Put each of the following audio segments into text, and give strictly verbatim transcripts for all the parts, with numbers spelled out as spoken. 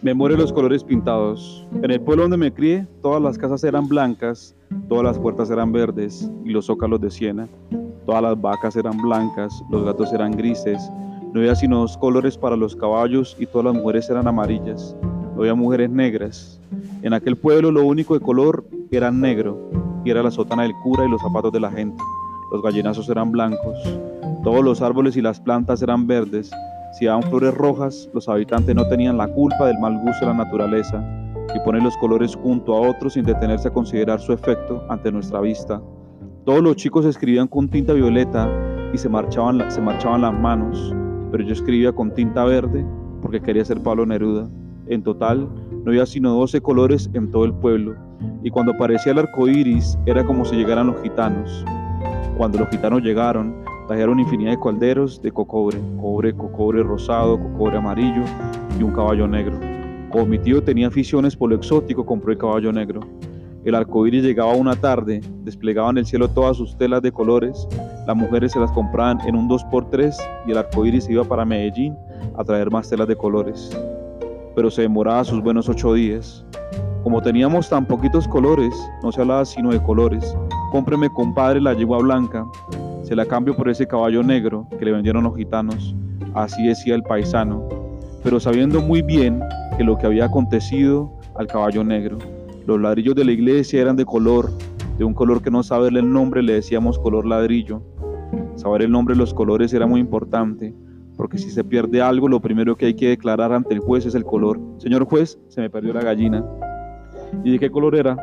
Memoria de los colores pintados. En el pueblo donde me crié, todas las casas eran blancas, todas las puertas eran verdes y los zócalos de siena. Todas las vacas eran blancas, los gatos eran grises. No había sino dos colores para los caballos y todas las mujeres eran amarillas. No había mujeres negras. En aquel pueblo lo único de color era negro, y era la sotana del cura y los zapatos de la gente. Los gallinazos eran blancos. Todos los árboles y las plantas eran verdes. Si daban flores rojas, los habitantes no tenían la culpa del mal gusto de la naturaleza, que pone los colores junto a otros sin detenerse a considerar su efecto ante nuestra vista. Todos los chicos escribían con tinta violeta y se marchaban, se marchaban las manos, pero yo escribía con tinta verde porque quería ser Pablo Neruda. En total, no había sino doce colores en todo el pueblo, y cuando aparecía el arco iris era como si llegaran los gitanos. Cuando los gitanos llegaron, trajeron infinidad de calderos de cocobre, cobre, cocobre rosado, cocobre amarillo y un caballo negro. Como mi tío tenía aficiones por lo exótico, compró el caballo negro. El arco iris llegaba una tarde, desplegaba en el cielo todas sus telas de colores, las mujeres se las compraban en un dos por tres y el arco iris iba para Medellín a traer más telas de colores. Pero se demoraba sus buenos ocho días. Como teníamos tan poquitos colores, no se hablaba sino de colores. Cómpreme, compadre, la yegua blanca, se la cambio por ese caballo negro que le vendieron los gitanos. Así decía el paisano, pero sabiendo muy bien que lo que había acontecido al caballo negro. Los ladrillos de la iglesia eran de color, de un color que no saberle el nombre le decíamos color ladrillo. Saber el nombre de los colores era muy importante, porque si se pierde algo, lo primero que hay que declarar ante el juez es el color. Señor juez, se me perdió la gallina. ¿Y de qué color era?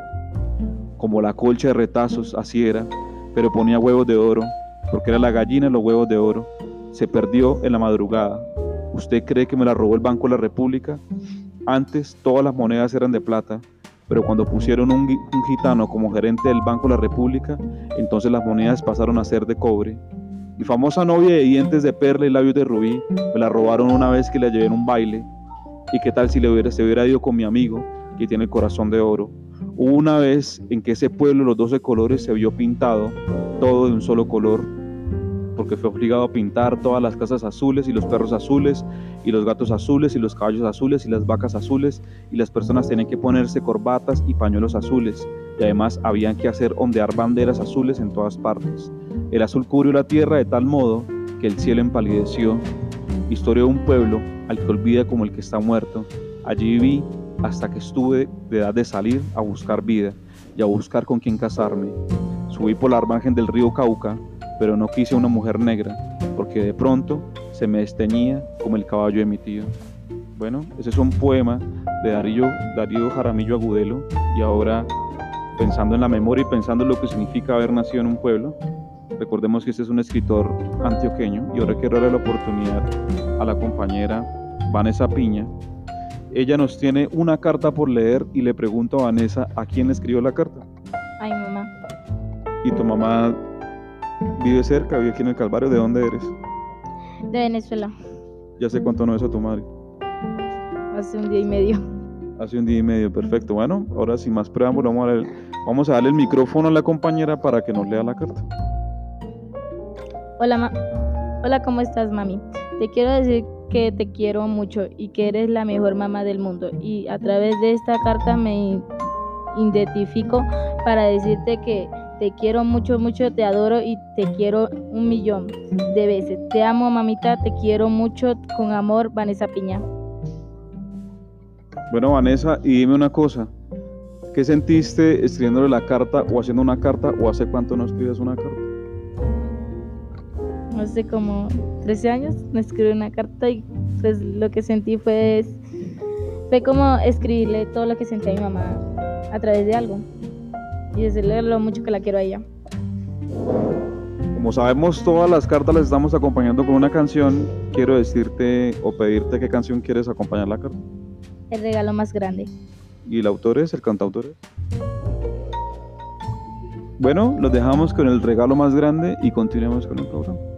Como la colcha de retazos, así era, pero ponía huevos de oro, porque era la gallina de los huevos de oro. Se perdió en la madrugada. ¿Usted cree que me la robó el Banco de la República? Antes todas las monedas eran de plata, pero cuando pusieron un, un gitano como gerente del Banco de la República, entonces las monedas pasaron a ser de cobre. Mi famosa novia de dientes de perla y labios de rubí me la robaron una vez que la llevé en un baile. ¿Y qué tal si le hubiera, se hubiera ido con mi amigo, que tiene el corazón de oro? Hubo una vez en que ese pueblo, los doce colores, se vio pintado, todo de un solo color, porque fue obligado a pintar todas las casas azules y los perros azules y los gatos azules y los caballos azules y las vacas azules, y las personas tenían que ponerse corbatas y pañuelos azules, y además habían que hacer ondear banderas azules en todas partes. El azul cubrió la tierra de tal modo que el cielo empalideció. Historia de un pueblo al que olvida como el que está muerto. Allí viví hasta que estuve de edad de salir a buscar vida y a buscar con quién casarme. Subí por la margen del río Cauca, pero no quise una mujer negra, porque de pronto se me desteñía como el caballo de mi tío. Bueno, ese es un poema de Darío, Darío Jaramillo Agudelo, y ahora, pensando en la memoria y pensando en lo que significa haber nacido en un pueblo, recordemos que este es un escritor antioqueño, y ahora quiero darle la oportunidad a la compañera Vanessa Piña. Ella nos tiene una carta por leer y le pregunto a Vanessa, ¿a quién le escribió la carta? A mi mamá. ¿Y tu mamá vive cerca, vive aquí en el Calvario? ¿De dónde eres? De Venezuela. ¿Ya sé cuánto no es a tu madre? Hace un día y medio. Hace un día y medio, perfecto. Bueno, ahora sin más preámbulo, vamos a, darle, vamos a darle el micrófono a la compañera para que nos lea la carta. Hola, ma Hola, ¿cómo estás, mami? Te quiero decir que te quiero mucho y que eres la mejor mamá del mundo. Y a través de esta carta me identifico para decirte que te quiero mucho, mucho, te adoro y te quiero un millón de veces. Te amo, mamita, te quiero mucho. Con amor, Vanessa Piña. Bueno, Vanessa, y dime una cosa. ¿Qué sentiste escribiéndole la carta o haciendo una carta, o hace cuánto no escribes una carta? Hace como trece años me escribí una carta y pues lo que sentí fue, fue como escribirle todo lo que sentía a mi mamá a través de algo y decirle lo mucho que la quiero a ella. Como sabemos, todas las cartas las estamos acompañando con una canción. Quiero decirte o pedirte qué canción quieres acompañar la carta. El regalo más grande. ¿Y el autor es? ¿El cantautor es? Bueno, los dejamos con el regalo más grande y continuemos con el programa.